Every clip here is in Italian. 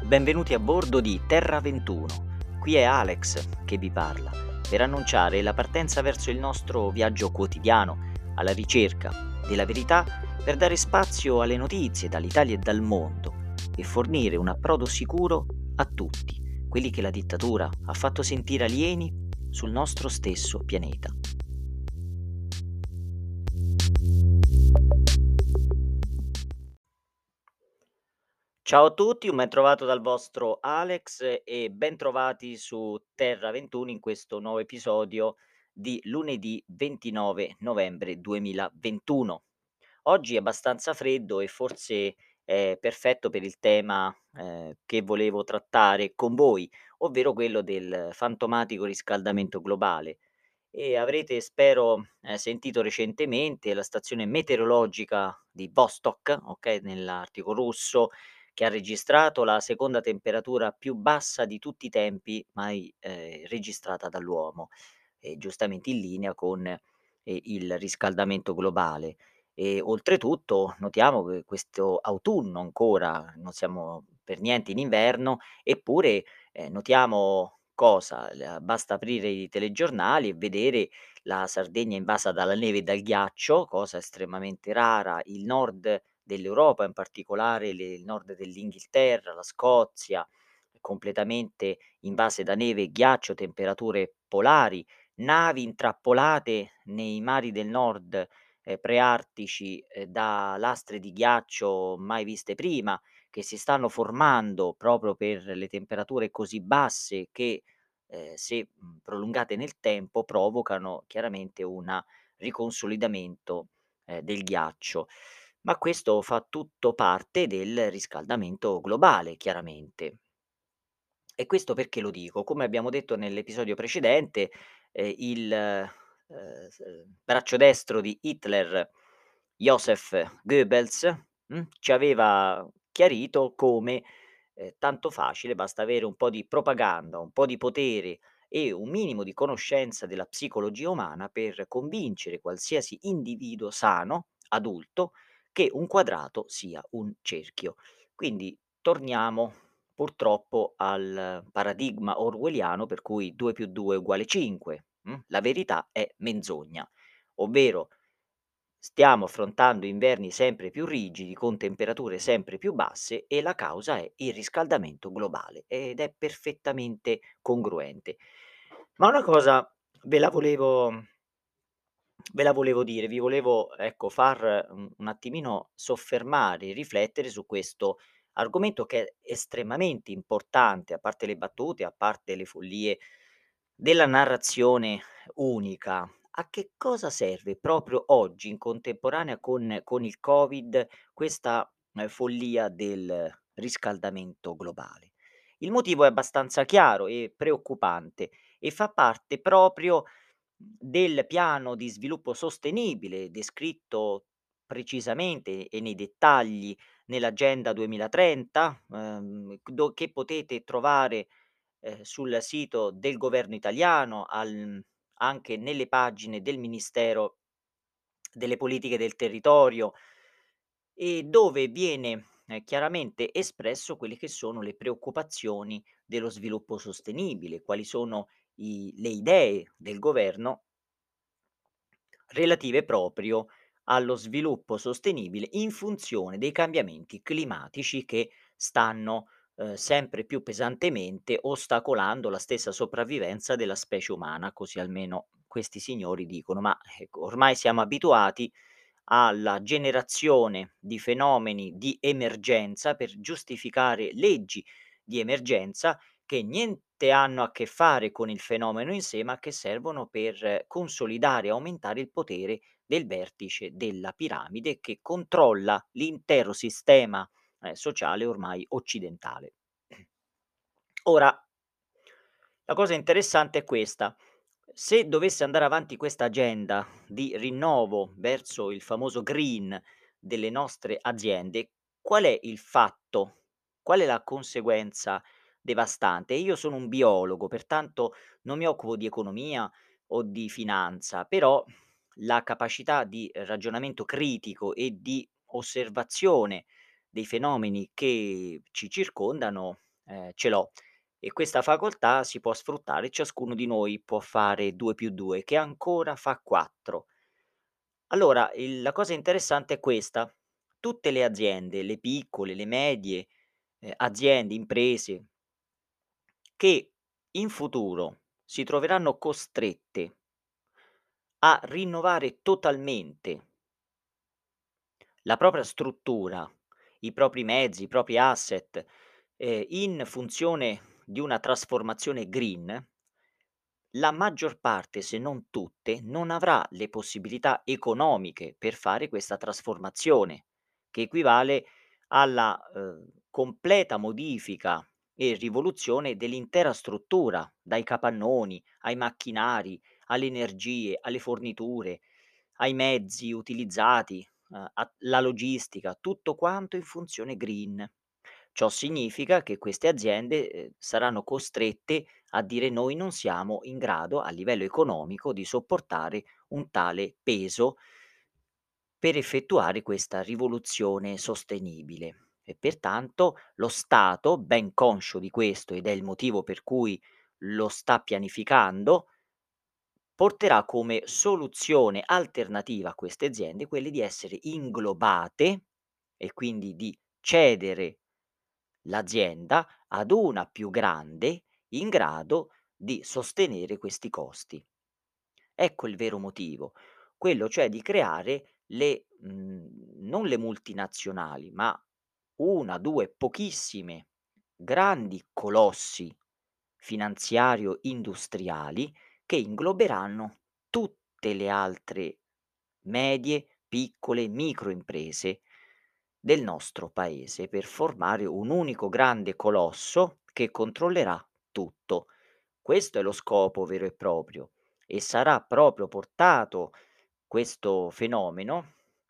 Benvenuti a bordo di Terra 21. Qui è Alex che vi parla per annunciare la partenza verso il nostro viaggio quotidiano alla ricerca della verità per dare spazio alle notizie dall'Italia e dal mondo e fornire un approdo sicuro a tutti quelli che la dittatura ha fatto sentire alieni sul nostro stesso pianeta. Ciao a tutti, un bentrovato dal vostro Alex e bentrovati su Terra 21 in questo nuovo episodio di lunedì 29 novembre 2021. Oggi è abbastanza freddo e forse è perfetto per il tema che volevo trattare con voi, ovvero quello del fantomatico riscaldamento globale. E avrete, spero, sentito recentemente la stazione meteorologica di Vostok, ok, nell'Artico russo, che ha registrato la seconda temperatura più bassa di tutti i tempi mai, registrata dall'uomo, giustamente in linea con, il riscaldamento globale. E oltretutto notiamo che questo autunno ancora, non siamo per niente in inverno, eppure, notiamo cosa? Basta aprire i telegiornali e vedere la Sardegna invasa dalla neve e dal ghiaccio, cosa estremamente rara, il nord dell'Europa, in particolare il nord dell'Inghilterra, la Scozia, completamente invase da neve e ghiaccio, temperature polari, navi intrappolate nei mari del nord, preartici, da lastre di ghiaccio mai viste prima, che si stanno formando proprio per le temperature così basse che, se, prolungate nel tempo, provocano chiaramente una riconsolidamento, del ghiaccio. Ma questo fa tutto parte del riscaldamento globale, chiaramente. E questo perché lo dico? Come abbiamo detto nell'episodio precedente, braccio destro di Hitler, Joseph Goebbels, ci aveva chiarito come, tanto facile, basta avere un po' di propaganda, un po' di potere e un minimo di conoscenza della psicologia umana per convincere qualsiasi individuo sano, adulto, che un quadrato sia un cerchio. Quindi torniamo purtroppo al paradigma orwelliano per cui 2 più 2 uguale 5, la verità è menzogna, ovvero stiamo affrontando inverni sempre più rigidi con temperature sempre più basse e la causa è il riscaldamento globale ed è perfettamente congruente. Ma una cosa ve la volevo Ve la volevo dire, vi volevo, ecco, far, un attimino soffermare, riflettere su questo argomento che è estremamente importante, a parte le battute, a parte le follie della narrazione unica. A che cosa serve proprio oggi, in contemporanea con il Covid, questa, follia del riscaldamento globale? Il motivo è abbastanza chiaro e preoccupante e fa parte proprio del piano di sviluppo sostenibile descritto precisamente e nei dettagli nell'Agenda 2030, che potete trovare, sul sito del governo italiano, anche nelle pagine del Ministero delle politiche del territorio e dove viene, chiaramente espresso quelle che sono le preoccupazioni dello sviluppo sostenibile, quali sono le idee del governo relative proprio allo sviluppo sostenibile in funzione dei cambiamenti climatici che stanno, sempre più pesantemente ostacolando la stessa sopravvivenza della specie umana, così almeno questi signori dicono. Ma, ecco, ormai siamo abituati alla generazione di fenomeni di emergenza per giustificare leggi di emergenza che niente hanno a che fare con il fenomeno in sé, ma che servono per consolidare e aumentare il potere del vertice della piramide che controlla l'intero sistema, sociale ormai occidentale. Ora, la cosa interessante è questa: se dovesse andare avanti questa agenda di rinnovo verso il famoso green delle nostre aziende, qual è il fatto? Qual è la conseguenza devastante? Io sono un biologo, pertanto non mi occupo di economia o di finanza, però la capacità di ragionamento critico e di osservazione dei fenomeni che ci circondano ce l'ho e questa facoltà si può sfruttare, ciascuno di noi può fare 2 più 2 che ancora fa 4. Allora, la cosa interessante è questa: tutte le aziende, le piccole, le medie, aziende, imprese che in futuro si troveranno costrette a rinnovare totalmente la propria struttura, i propri mezzi, i propri asset, in funzione di una trasformazione green, la maggior parte, se non tutte, non avrà le possibilità economiche per fare questa trasformazione, che equivale alla, completa modifica e rivoluzione dell'intera struttura, dai capannoni, ai macchinari, alle energie, alle forniture, ai mezzi utilizzati, a la logistica, tutto quanto in funzione green. Ciò significa che queste aziende, saranno costrette a dire: "Noi non siamo in grado a livello economico di sopportare un tale peso per effettuare questa rivoluzione sostenibile". E pertanto lo Stato, ben conscio di questo ed è il motivo per cui lo sta pianificando, porterà come soluzione alternativa a queste aziende quelle di essere inglobate e quindi di cedere l'azienda ad una più grande in grado di sostenere questi costi. Ecco il vero motivo, quello cioè di creare non le multinazionali, ma 1, 2, pochissime grandi colossi finanziario-industriali che ingloberanno tutte le altre medie, piccole, microimprese del nostro paese per formare un unico grande colosso che controllerà tutto. Questo è lo scopo vero e proprio e sarà proprio portato questo fenomeno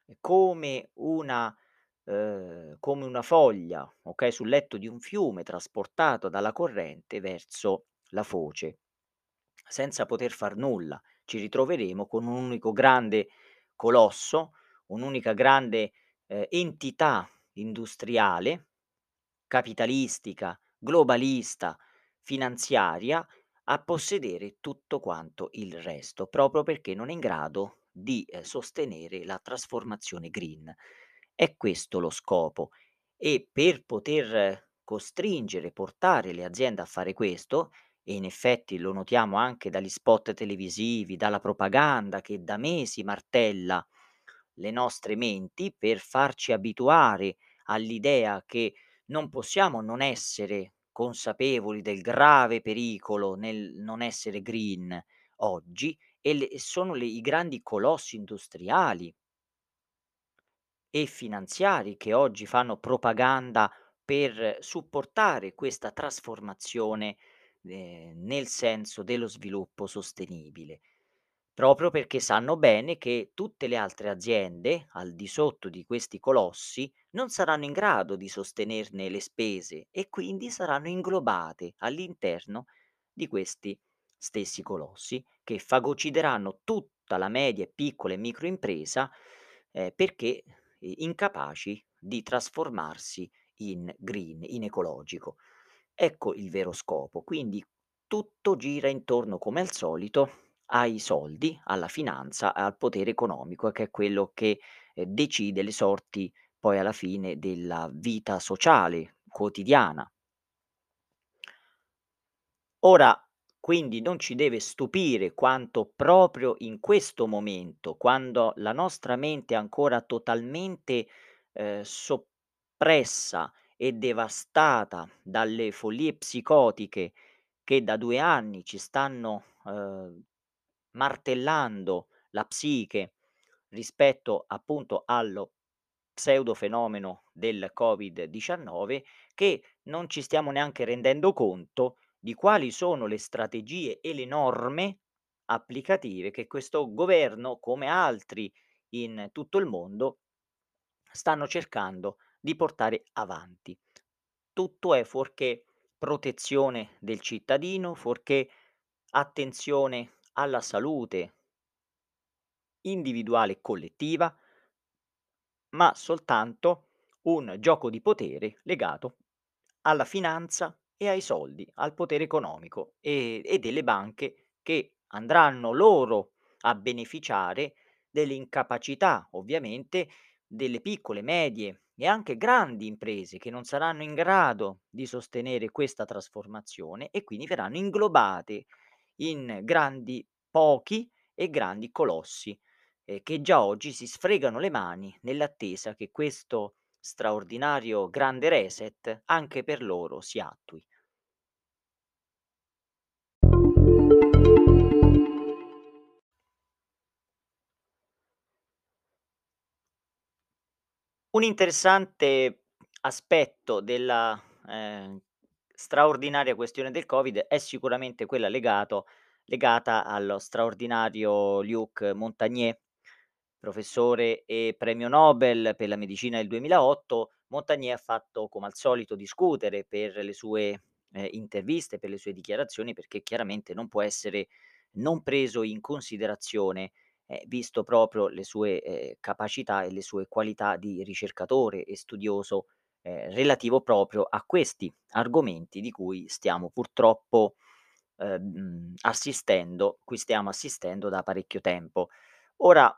come una foglia, okay, sul letto di un fiume trasportato dalla corrente verso la foce, senza poter far nulla. Ci ritroveremo con un unico grande colosso, un'unica grande, entità industriale, capitalistica, globalista, finanziaria, a possedere tutto quanto il resto, proprio perché non è in grado di, sostenere la trasformazione green. È questo lo scopo e per poter costringere, portare le aziende a fare questo, e in effetti lo notiamo anche dagli spot televisivi, dalla propaganda che da mesi martella le nostre menti per farci abituare all'idea che non possiamo non essere consapevoli del grave pericolo nel non essere green oggi e sono i grandi colossi industriali e finanziari che oggi fanno propaganda per supportare questa trasformazione, nel senso dello sviluppo sostenibile, proprio perché sanno bene che tutte le altre aziende, al di sotto di questi colossi, non saranno in grado di sostenerne le spese e quindi saranno inglobate all'interno di questi stessi colossi, che fagocideranno tutta la media, piccola e microimpresa, perché incapaci di trasformarsi in green, in ecologico. Ecco il vero scopo. Quindi tutto gira intorno, come al solito, ai soldi, alla finanza, al potere economico, che è quello che, decide le sorti poi alla fine della vita sociale quotidiana. Ora, quindi non ci deve stupire quanto proprio in questo momento, quando la nostra mente è ancora totalmente, soppressa e devastata dalle follie psicotiche che da 2 anni ci stanno, martellando la psiche rispetto appunto allo pseudofenomeno del Covid-19, che non ci stiamo neanche rendendo conto di quali sono le strategie e le norme applicative che questo governo, come altri in tutto il mondo, stanno cercando di portare avanti. Tutto è fuorché protezione del cittadino, fuorché attenzione alla salute individuale e collettiva, ma soltanto un gioco di potere legato alla finanza e ai soldi, al potere economico e delle banche che andranno loro a beneficiare dell'incapacità, ovviamente, delle piccole, medie e anche grandi imprese che non saranno in grado di sostenere questa trasformazione e quindi verranno inglobate in grandi pochi e grandi colossi, che già oggi si sfregano le mani nell'attesa che questo straordinario grande reset anche per loro si attui. Un interessante aspetto della, straordinaria questione del Covid è sicuramente quella legata allo straordinario Luc Montagnier, professore e premio Nobel per la medicina del 2008. Montagnier ha fatto come al solito discutere per le sue, interviste, per le sue dichiarazioni, perché chiaramente non può essere non preso in considerazione, visto proprio le sue, capacità e le sue qualità di ricercatore e studioso, relativo proprio a questi argomenti di cui stiamo purtroppo, assistendo cui stiamo assistendo da parecchio tempo. Ora,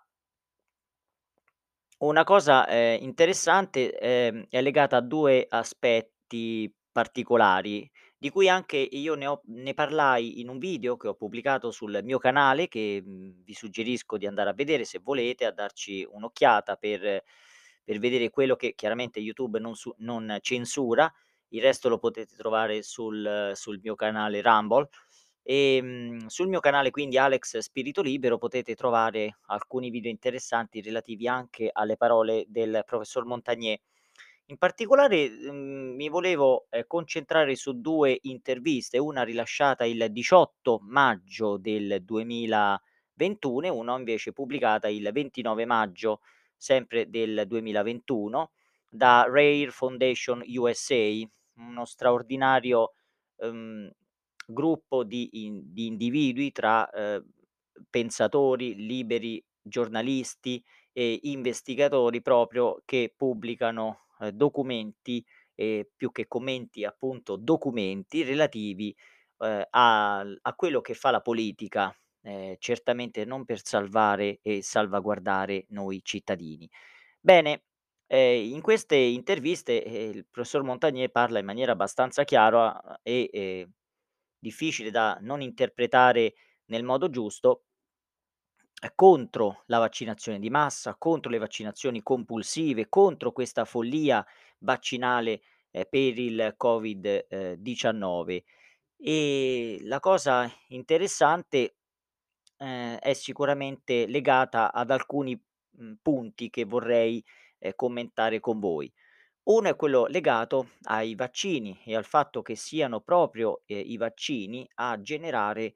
una cosa, interessante, è legata a 2 aspetti particolari, di cui anche io ne parlai in un video che ho pubblicato sul mio canale, che, vi suggerisco di andare a vedere se volete, a darci un'occhiata per vedere quello che chiaramente YouTube non censura. Il resto lo potete trovare sul mio canale Rumble. Sul mio canale quindi Alex Spirito Libero potete trovare alcuni video interessanti relativi anche alle parole del professor Montagnier. In particolare, mi volevo, concentrare su 2 interviste, una rilasciata il 18 maggio del 2021 e una invece pubblicata il 29 maggio sempre del 2021 da Rare Foundation USA, uno straordinario, uhm, gruppo di individui tra, pensatori, liberi giornalisti e investigatori proprio che pubblicano, documenti, più che commenti appunto documenti relativi, a quello che fa la politica, certamente non per salvare e salvaguardare noi cittadini. Bene, in queste interviste, il professor Montagnier parla in maniera abbastanza chiara e, difficile da non interpretare nel modo giusto, contro la vaccinazione di massa, contro le vaccinazioni compulsive, contro questa follia vaccinale, per il Covid, 19. La cosa interessante, è sicuramente legata ad alcuni, punti che vorrei, commentare con voi. Uno è quello legato ai vaccini e al fatto che siano proprio, i vaccini a generare,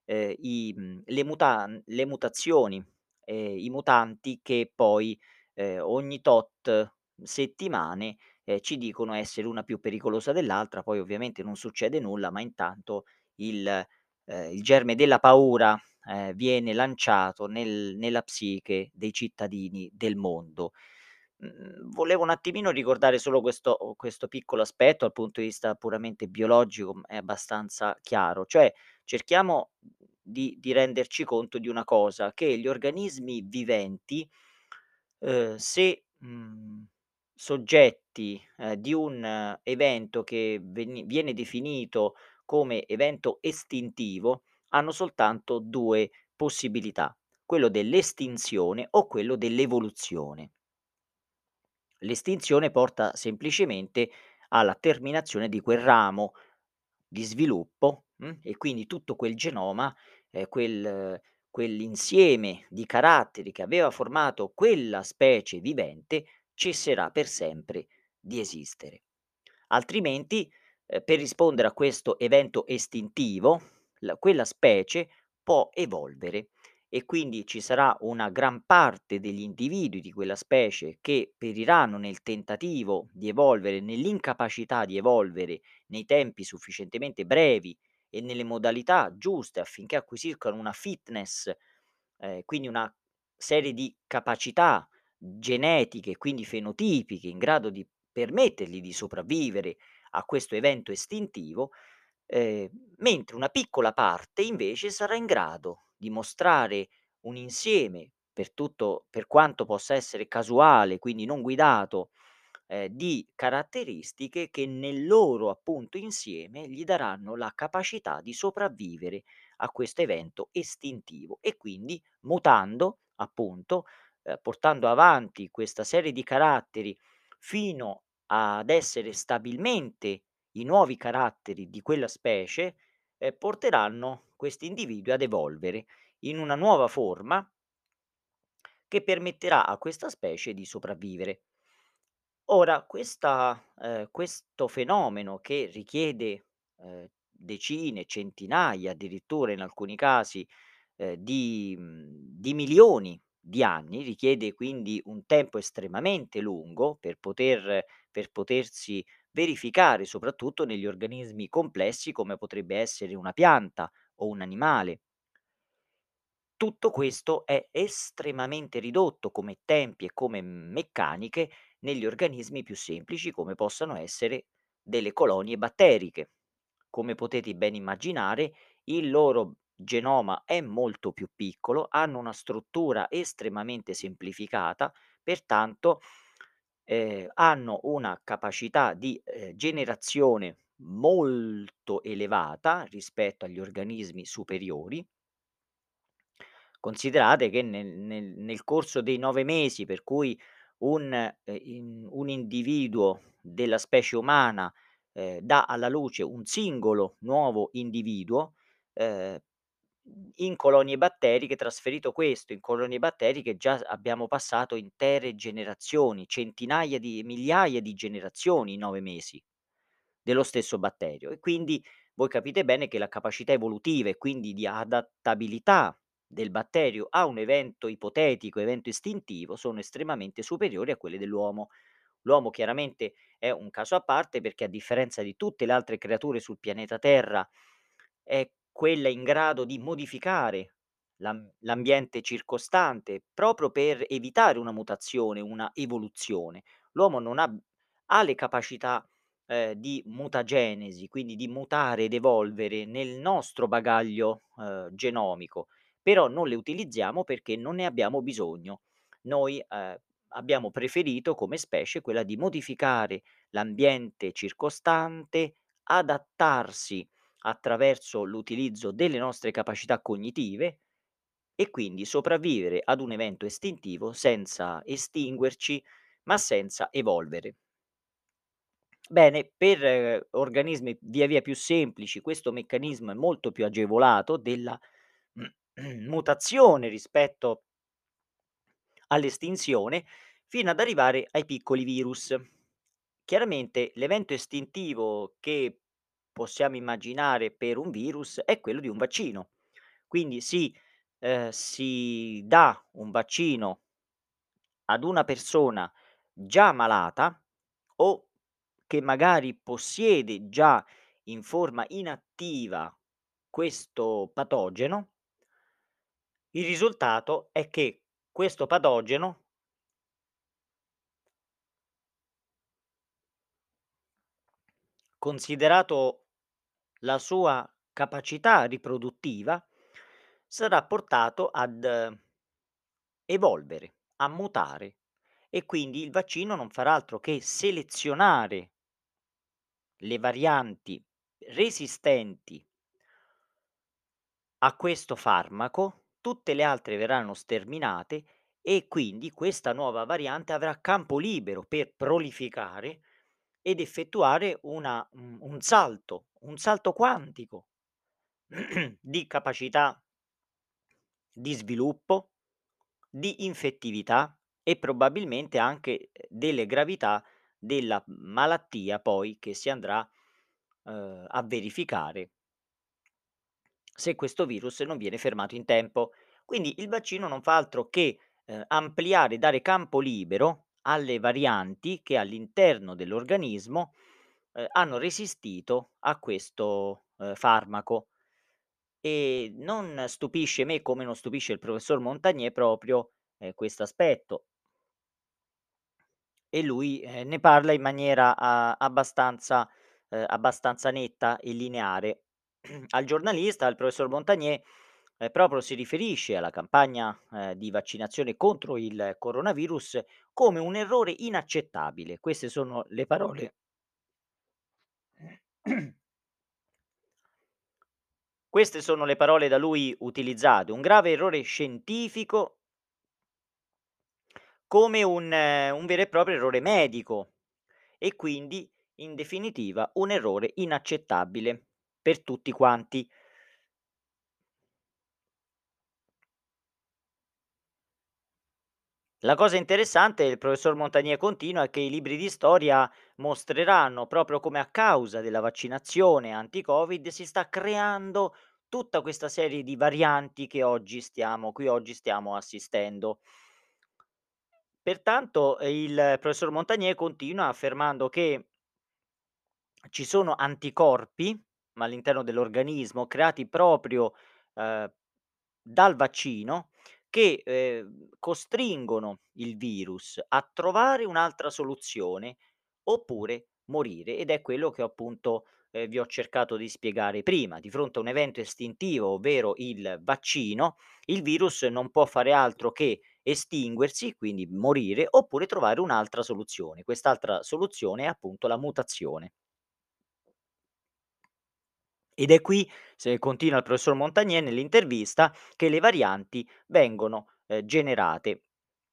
le mutazioni, i mutanti che poi, ogni tot settimane, ci dicono essere una più pericolosa dell'altra, poi ovviamente non succede nulla, ma intanto il il germe della paura, viene lanciato nella psiche dei cittadini del mondo. Volevo un attimino ricordare solo questo piccolo aspetto, dal punto di vista puramente biologico, è abbastanza chiaro, cioè cerchiamo di renderci conto di una cosa, che gli organismi viventi, se, soggetti, di un evento che viene definito come evento estintivo, hanno soltanto 2 possibilità: quello dell'estinzione o quello dell'evoluzione. L'estinzione porta semplicemente alla terminazione di quel ramo di sviluppo, e quindi tutto quel genoma, quell'insieme di caratteri che aveva formato quella specie vivente, cesserà per sempre di esistere. Altrimenti, per rispondere a questo evento estintivo, quella specie può evolvere e quindi ci sarà una gran parte degli individui di quella specie che periranno nel tentativo di evolvere, nell'incapacità di evolvere nei tempi sufficientemente brevi e nelle modalità giuste affinché acquisiscano una fitness, quindi una serie di capacità genetiche, quindi fenotipiche, in grado di permettergli di sopravvivere a questo evento estintivo, ehm, mentre una piccola parte invece sarà in grado di mostrare un insieme, per quanto possa essere casuale, quindi non guidato, di caratteristiche che nel loro appunto insieme gli daranno la capacità di sopravvivere a questo evento estintivo e quindi mutando appunto, portando avanti questa serie di caratteri fino ad essere stabilmente i nuovi caratteri di quella specie, porteranno questi individui ad evolvere in una nuova forma che permetterà a questa specie di sopravvivere. Ora questo fenomeno che richiede, decine, centinaia, addirittura in alcuni casi, di milioni di anni, richiede quindi un tempo estremamente lungo per potersi verificare, soprattutto negli organismi complessi come potrebbe essere una pianta o un animale. Tutto questo è estremamente ridotto come tempi e come meccaniche negli organismi più semplici, come possano essere delle colonie batteriche. Come potete ben immaginare, il loro genoma è molto più piccolo, hanno una struttura estremamente semplificata, pertanto hanno una capacità di generazione molto elevata rispetto agli organismi superiori. Considerate che nel corso dei 9 mesi per cui un individuo della specie umana, dà alla luce un singolo nuovo individuo, ehm, in colonie batteriche trasferito questo in colonie batteriche già abbiamo passato intere generazioni, centinaia di migliaia di generazioni in 9 mesi dello stesso batterio e quindi voi capite bene che la capacità evolutiva e quindi di adattabilità del batterio a un evento ipotetico, evento istintivo, sono estremamente superiori a quelle dell'uomo. L'uomo chiaramente è un caso a parte perché a differenza di tutte le altre creature sul pianeta Terra è quella in grado di modificare l'ambiente circostante proprio per evitare una mutazione, una evoluzione. L'uomo non ha le capacità di mutagenesi, quindi di mutare ed evolvere nel nostro bagaglio, genomico, però non le utilizziamo perché non ne abbiamo bisogno. Noi, abbiamo preferito come specie quella di modificare l'ambiente circostante, adattarsi attraverso l'utilizzo delle nostre capacità cognitive e quindi sopravvivere ad un evento estintivo senza estinguerci, ma senza evolvere. Bene, per organismi via via più semplici questo meccanismo è molto più agevolato della mutazione rispetto all'estinzione, fino ad arrivare ai piccoli virus. Chiaramente l'evento estintivo che possiamo immaginare per un virus è quello di un vaccino. Quindi si dà un vaccino ad una persona già malata o che magari possiede già in forma inattiva questo patogeno, il risultato è che questo patogeno, considerato la sua capacità riproduttiva, sarà portato ad evolvere, a mutare e quindi il vaccino non farà altro che selezionare le varianti resistenti a questo farmaco, tutte le altre verranno sterminate e quindi questa nuova variante avrà campo libero per prolificare ed effettuare un salto quantico di capacità di sviluppo, di infettività e probabilmente anche, delle gravità della malattia poi che si andrà, a verificare se questo virus non viene fermato in tempo. Quindi il vaccino non fa altro che, ampliare, dare campo libero alle varianti che all'interno dell'organismo, hanno resistito a questo, farmaco. E non stupisce me, come non stupisce il professor Montagnier proprio, quest'aspetto. E lui, ne parla in maniera abbastanza, abbastanza netta e lineare. Al giornalista, al professor Montagnier, proprio si riferisce alla campagna, di vaccinazione contro il coronavirus come un errore inaccettabile. Queste sono le parole queste sono le parole da lui utilizzate: "Un grave errore scientifico come un vero e proprio errore medico e quindi, in definitiva, un errore inaccettabile per tutti quanti". La cosa interessante, il professor Montagnier continua, è che i libri di storia mostreranno proprio come a causa della vaccinazione anti-Covid si sta creando tutta questa serie di varianti che oggi stiamo assistendo. Pertanto, il professor Montagnier continua affermando che ci sono anticorpi, ma all'interno dell'organismo, creati proprio, ehm, dal vaccino che, costringono il virus a trovare un'altra soluzione oppure morire, ed è quello che appunto, vi ho cercato di spiegare prima. Di fronte a un evento estintivo, ovvero il vaccino, il virus non può fare altro che estinguersi, quindi morire, oppure trovare un'altra soluzione. Quest'altra soluzione è appunto la mutazione. Ed è qui, se continua il professor Montagnier nell'intervista, che le varianti vengono, generate.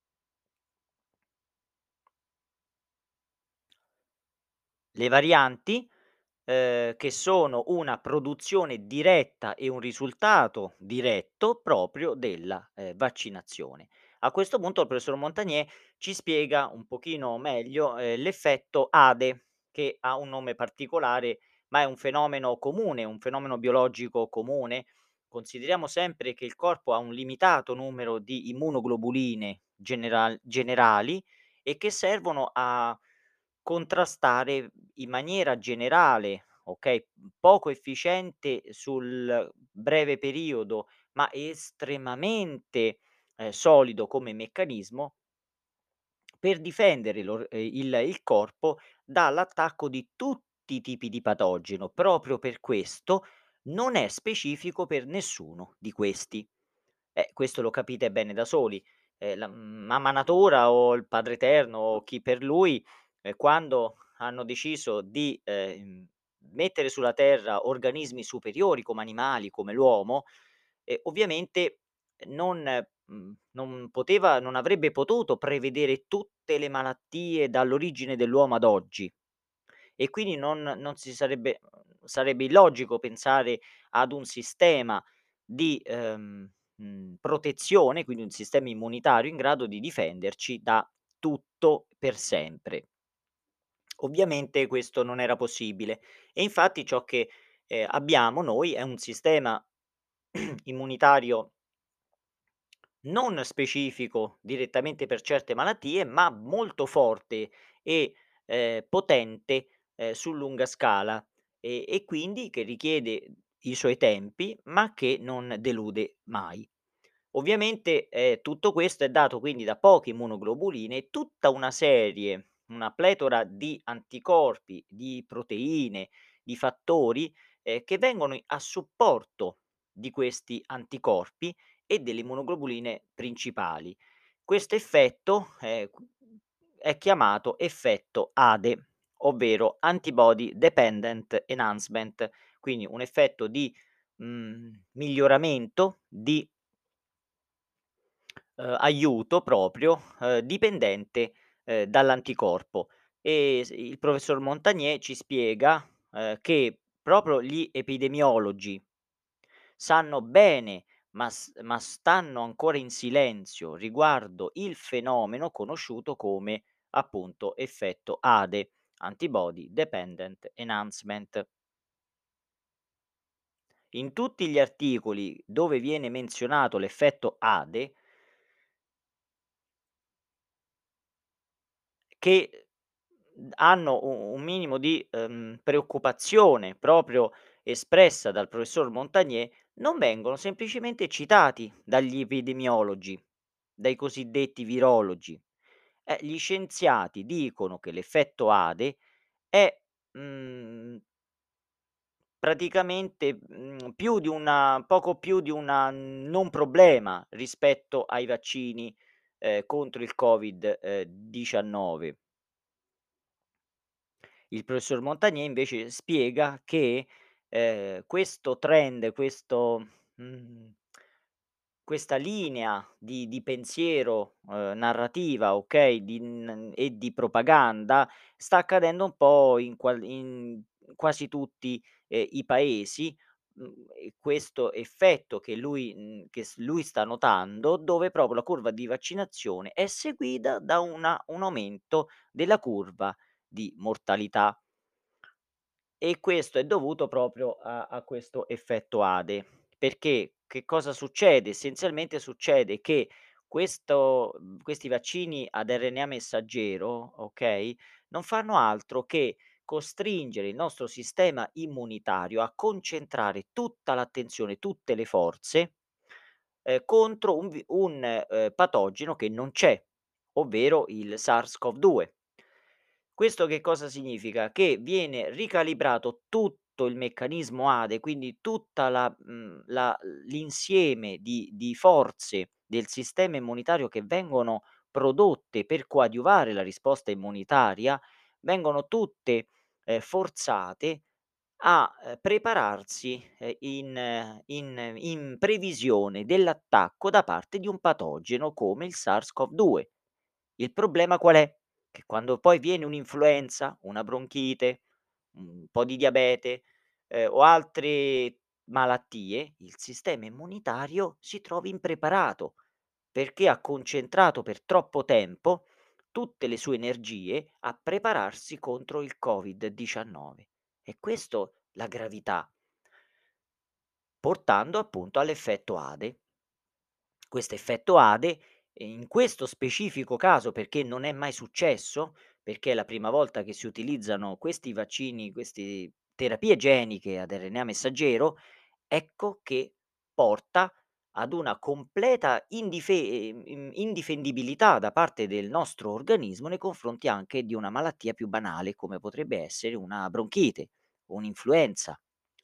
Le varianti, che sono una produzione diretta e un risultato diretto proprio della, vaccinazione. A questo punto il professor Montagnier ci spiega un pochino meglio, l'effetto ADE, che ha un nome particolare, ma è un fenomeno comune, un fenomeno biologico comune. Consideriamo sempre che il corpo ha un limitato numero di immunoglobuline generali e che servono a contrastare in maniera generale, okay, poco efficiente sul breve periodo, ma estremamente, solido come meccanismo per difendere il corpo dall'attacco di tutti i tipi di patogeno. Proprio per questo non è specifico per nessuno di questi. Questo lo capite bene da soli. La mamma natura o il padre eterno o chi per lui, quando hanno deciso di, mettere sulla terra organismi superiori come animali, come l'uomo, ovviamente non avrebbe potuto prevedere tutte le malattie dall'origine dell'uomo ad oggi. E quindi non si sarebbe illogico pensare ad un sistema di, protezione, quindi un sistema immunitario in grado di difenderci da tutto per sempre. Ovviamente questo non era possibile e infatti ciò che, abbiamo noi è un sistema immunitario non specifico direttamente per certe malattie, ma molto forte e, potente, su lunga scala, e quindi che richiede i suoi tempi, ma che non delude mai. Ovviamente, tutto questo è dato quindi da poche immunoglobuline e tutta una pletora di anticorpi, di proteine, di fattori, che vengono a supporto di questi anticorpi e delle immunoglobuline principali. Questo effetto, è chiamato effetto ADE, ovvero Antibody Dependent Enhancement, quindi un effetto di, miglioramento, di aiuto proprio, dipendente, dall'anticorpo. S il professor Montagnier ci spiega, che proprio gli epidemiologi sanno bene, ma stanno ancora in silenzio riguardo il fenomeno conosciuto come, appunto, effetto ADE, Antibody Dependent Enhancement. In tutti gli articoli dove viene menzionato l'effetto ADE, che, hanno u un minimo di, preoccupazione proprio espressa dal professor Montagnier, non vengono semplicemente citati dagli epidemiologi, dai cosiddetti virologi. Gli scienziati dicono che l'effetto ADE è, praticamente, più di una poco più di una non problema rispetto ai vaccini, contro il Covid, 19. Il professor Montagnier invece spiega che, questo trend, mhmm, questa linea di pensiero, narrativa, okay, e di propaganda, sta accadendo un po' in quasi tutti, i paesi, e questo effetto che lui sta notando, dove proprio la curva di vaccinazione è seguita da un aumento della curva di mortalità. E questo è dovuto proprio a questo effetto Ade, perché che cosa succede? Essenzialmente succede che questi vaccini ad RNA messaggero, okay, non fanno altro che costringere il nostro sistema immunitario a concentrare tutta l'attenzione, tutte le forze, contro patogeno che non c'è, ovvero il SARS-CoV-2. Questo che cosa significa? Che viene ricalibrato tutto il meccanismo ADE, quindi tutta l'insieme di forze del sistema immunitario che vengono prodotte per coadiuvare la risposta immunitaria, vengono tutte, forzate a, prepararsi, in previsione dell'attacco da parte di un patogeno come il SARS-CoV-2. Il problema qual è? Che quando poi viene un'influenza, una bronchite, un po' di diabete, o altre malattie, il sistema immunitario si trova impreparato, perché ha concentrato per troppo tempo tutte le sue energie a prepararsi contro il Covid-19. E questo la gravità, portando appunto all'effetto Ade. Questo effetto Ade, in questo specifico caso, perché non è mai successo, perché è la prima volta che si utilizzano questi vaccini, questi terapie geniche ad RNA messaggero, ecco che porta ad una completa indifendibilità da parte del nostro organismo nei confronti anche di una malattia più banale, come potrebbe essere una bronchite, un'influenza.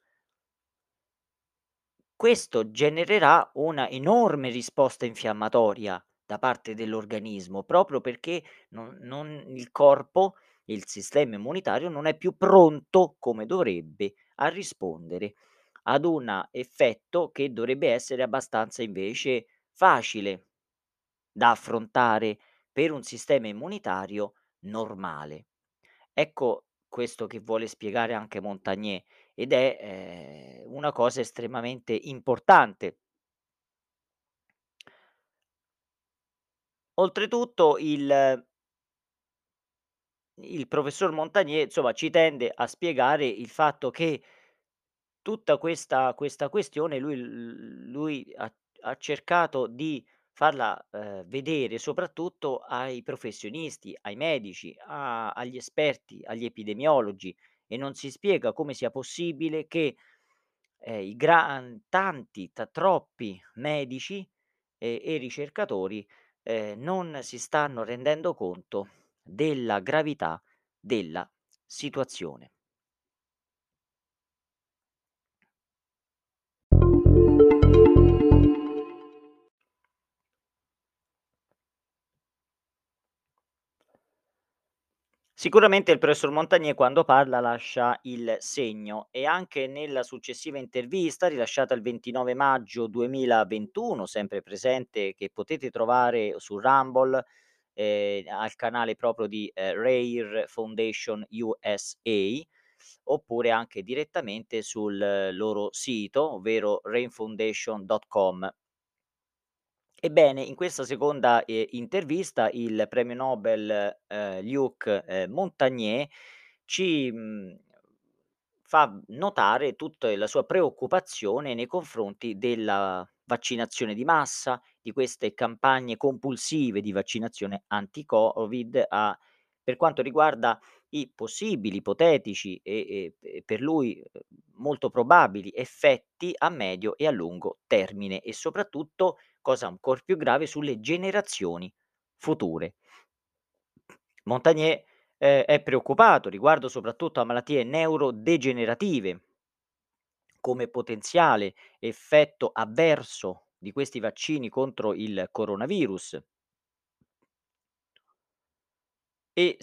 Questo genererà una enorme risposta infiammatoria da parte dell'organismo, proprio perché il corpo, il sistema immunitario non è più pronto come dovrebbe a rispondere ad un effetto che dovrebbe essere abbastanza invece facile da affrontare per un sistema immunitario normale. Ecco questo che vuole spiegare anche Montagnier ed è, una cosa estremamente importante. Oltretutto il professor Montagnier, insomma, ci tende a spiegare il fatto che tutta questa questione lui ha cercato di farla, vedere soprattutto ai professionisti, ai medici, agli esperti, agli epidemiologi e non si spiega come sia possibile che, i gran tanti, troppi medici e ricercatori, non si stanno rendendo conto della gravità della situazione. Sicuramente il professor Montagnier quando parla lascia il segno e anche nella successiva intervista rilasciata il 29 maggio 2021, sempre presente, che potete trovare su Rumble, al canale proprio di, Rare Foundation USA, oppure anche direttamente sul loro sito, ovvero rainfoundation.com. Ebbene, in questa seconda, intervista il premio Nobel, Luc, Montagnier fa notare tutta la sua preoccupazione nei confronti della vaccinazione di massa, di queste campagne compulsive di vaccinazione anti-Covid per quanto riguarda i possibili, ipotetici e per lui, molto probabili effetti a medio e a lungo termine e soprattutto, cosa ancor più grave, sulle generazioni future. Montagnier, è preoccupato riguardo soprattutto a malattie neurodegenerative come potenziale effetto avverso di questi vaccini contro il coronavirus. E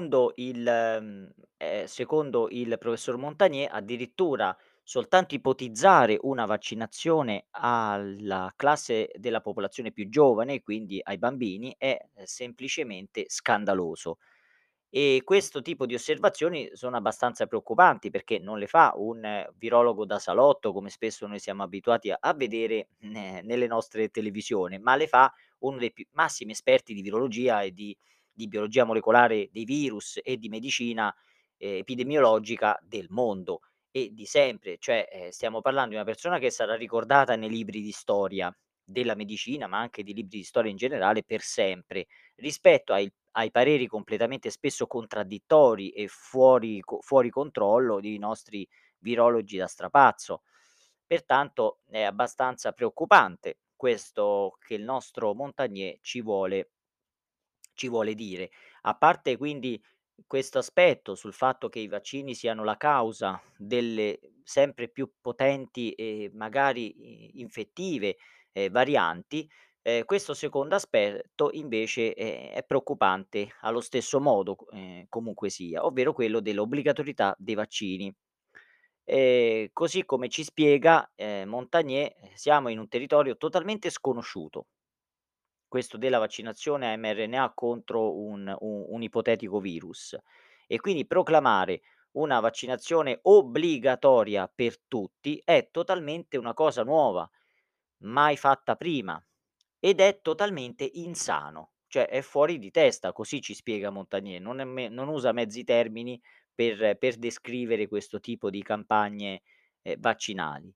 secondo il professor Montagnier, addirittura soltanto ipotizzare una vaccinazione alla classe della popolazione più giovane, quindi ai bambini, è, semplicemente scandaloso. E questo tipo di osservazioni sono abbastanza preoccupanti, perché non le fa un virologo da salotto, come spesso noi siamo abituati a vedere nelle nostre televisioni, ma le fa uno dei più massimi esperti di virologia e di biologia molecolare dei virus e di medicina, epidemiologica del mondo e di sempre. Cioè, stiamo parlando di una persona che sarà ricordata nei libri di storia della medicina, ma anche di libri di storia in generale per sempre, rispetto ai pareri completamente spesso contraddittori e fuori controllo di nostri virologi da strapazzo. Pertanto è abbastanza preoccupante questo che il nostro Montagnier ci vuole dire. A parte quindi questo aspetto sul fatto che i vaccini siano la causa delle sempre più potenti e magari infettive, varianti, questo secondo aspetto invece è preoccupante allo stesso modo, comunque sia, ovvero quello dell'obbligatorietà dei vaccini. Così come ci spiega, Montagnier, siamo in un territorio totalmente sconosciuto. Questo della vaccinazione a mRNA contro un ipotetico virus. E quindi proclamare una vaccinazione obbligatoria per tutti è totalmente una cosa nuova, mai fatta prima ed è totalmente insano, cioè è fuori di testa, così ci spiega Montagnier, non usa mezzi termini per descrivere questo tipo di campagne, vaccinali.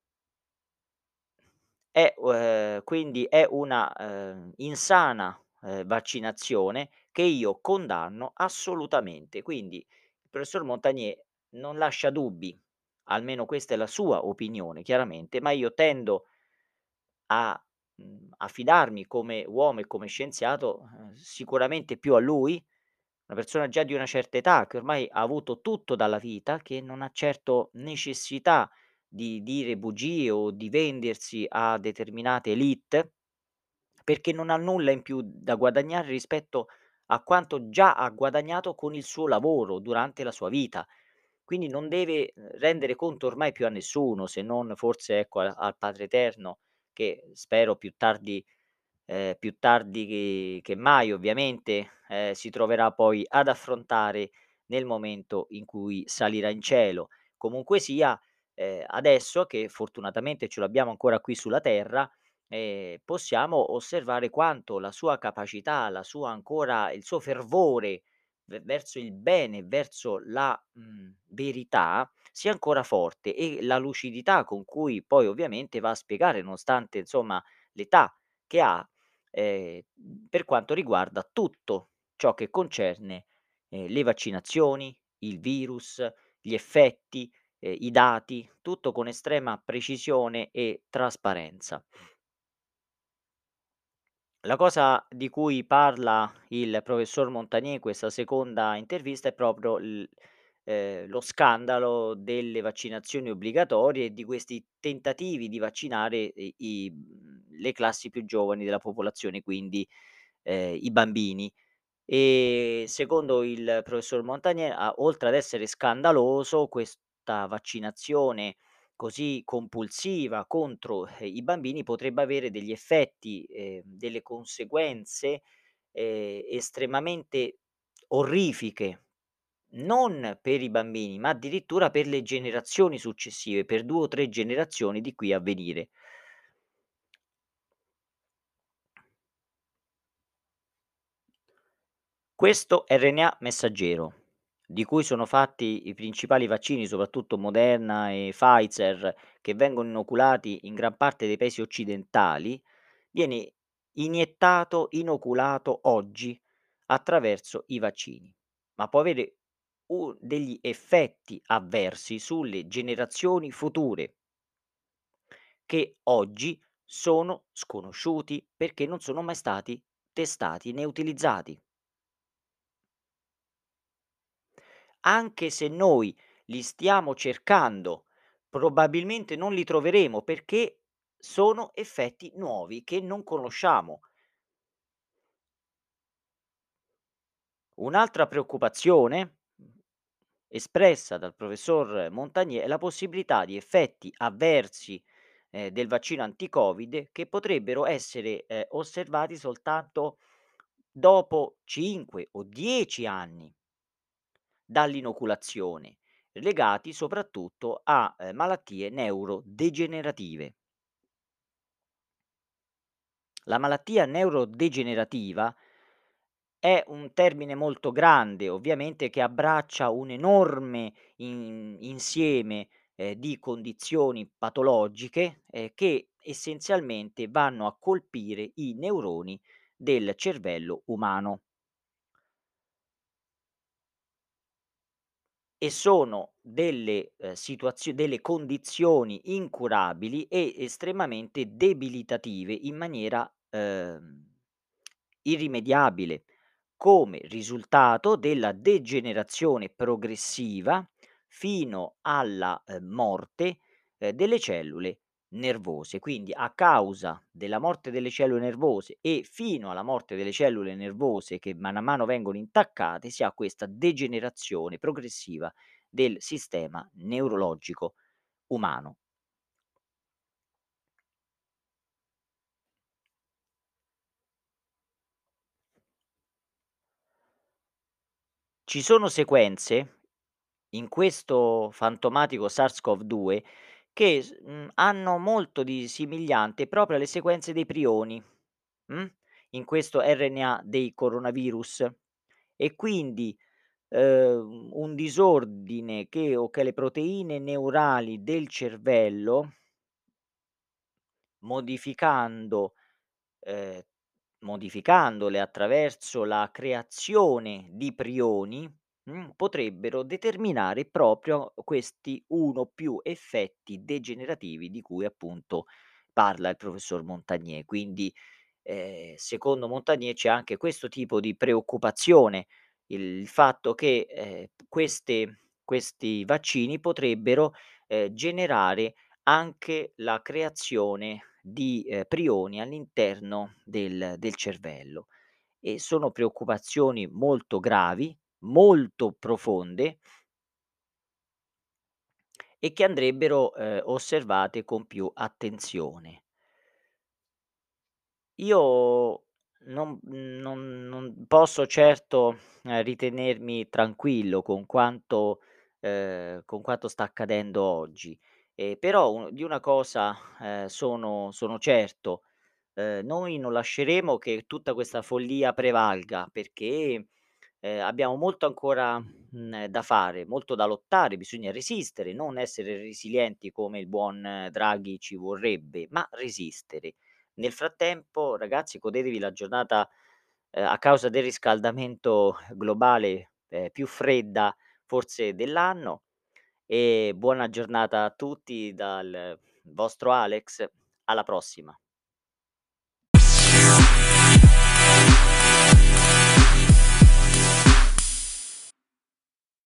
Quindi è una, insana, vaccinazione che io condanno assolutamente. Quindi il professor Montagnier non lascia dubbi, almeno questa è la sua opinione chiaramente, ma io tendo a fidarmi come uomo e come scienziato, sicuramente più a lui, una persona già di una certa età, che ormai ha avuto tutto dalla vita, che non ha certo necessità di dire bugie o di vendersi a determinate élite, perché non ha nulla in più da guadagnare rispetto a quanto già ha guadagnato con il suo lavoro durante la sua vita. Quindi non deve, rendere conto ormai più a nessuno, se non forse ecco al Padre Eterno, che spero più tardi che mai ovviamente, si troverà poi ad affrontare nel momento in cui salirà in cielo. Comunque sia, adesso che fortunatamente ce l'abbiamo ancora qui sulla terra, possiamo osservare quanto la sua capacità, la sua ancora il suo fervore verso il bene, verso la, verità, sia ancora forte e la lucidità con cui poi ovviamente va a spiegare, nonostante insomma l'età che ha, per quanto riguarda tutto ciò che concerne, le vaccinazioni, il virus, gli effetti, i dati, tutto con estrema precisione e trasparenza. La cosa di cui parla il professor Montagnier in questa seconda intervista è proprio lo scandalo delle vaccinazioni obbligatorie e di questi tentativi di vaccinare le classi più giovani della popolazione, quindi, i bambini. Secondo il professor Montagnier, oltre ad essere scandaloso, questa vaccinazione così compulsiva contro, i bambini potrebbe avere degli effetti, delle conseguenze, estremamente orrifiche, non per i bambini, ma addirittura per le generazioni successive, per 2 o 3 generazioni di qui a venire. Questo RNA messaggero, di cui sono fatti i principali vaccini, soprattutto Moderna e Pfizer, che vengono inoculati in gran parte dei paesi occidentali, viene inoculato oggi attraverso i vaccini, ma può avere degli effetti avversi sulle generazioni future che oggi sono sconosciuti perché non sono mai stati testati né utilizzati. Anche se noi li stiamo cercando Probabilmente non li troveremo perché sono effetti nuovi che non conosciamo. Un'altra preoccupazione, espressa dal professor Montagnier è la possibilità di effetti avversi, del vaccino anti-Covid che potrebbero essere, osservati soltanto dopo 5 o 10 anni dall'inoculazione, legati soprattutto a, malattie neurodegenerative. La malattia neurodegenerativa è un termine molto grande, ovviamente, che abbraccia un enorme insieme, di condizioni patologiche, che essenzialmente vanno a colpire i neuroni del cervello umano. E sono delle, delle condizioni incurabili e estremamente debilitative in maniera, irrimediabile, come risultato della degenerazione progressiva fino alla, morte, delle cellule nervose. Quindi a causa della morte delle cellule nervose e fino alla morte delle cellule nervose che mano a mano vengono intaccate, si ha questa degenerazione progressiva del sistema neurologico umano. Ci sono sequenze in questo fantomatico SARS-CoV-2 che hanno molto di somigliante proprio alle sequenze dei prioni, mh, in questo RNA dei coronavirus e quindi, un disordine che le proteine neurali del cervello modificando ehm, modificandole attraverso la creazione di prioni, potrebbero determinare proprio questi 1 o più effetti degenerativi di cui appunto parla il professor Montagnier. Quindi, secondo Montagnier c'è anche questo tipo di preoccupazione, il fatto che, questi vaccini potrebbero, generare anche la creazione di, prioni all'interno del cervello e sono preoccupazioni molto gravi, molto profonde e che andrebbero, osservate con più attenzione. Io non posso certo, ritenermi tranquillo con quanto sta accadendo oggi, però di una cosa, sono certo: noi non lasceremo che tutta questa follia prevalga, perché, abbiamo molto ancora, da fare, molto da lottare, bisogna resistere, non essere resilienti come il buon Draghi ci vorrebbe, ma resistere. Nel frattempo, ragazzi, godetevi la giornata, a causa del riscaldamento globale, più fredda forse dell'anno, e buona giornata a tutti dal vostro Alex. Alla prossima.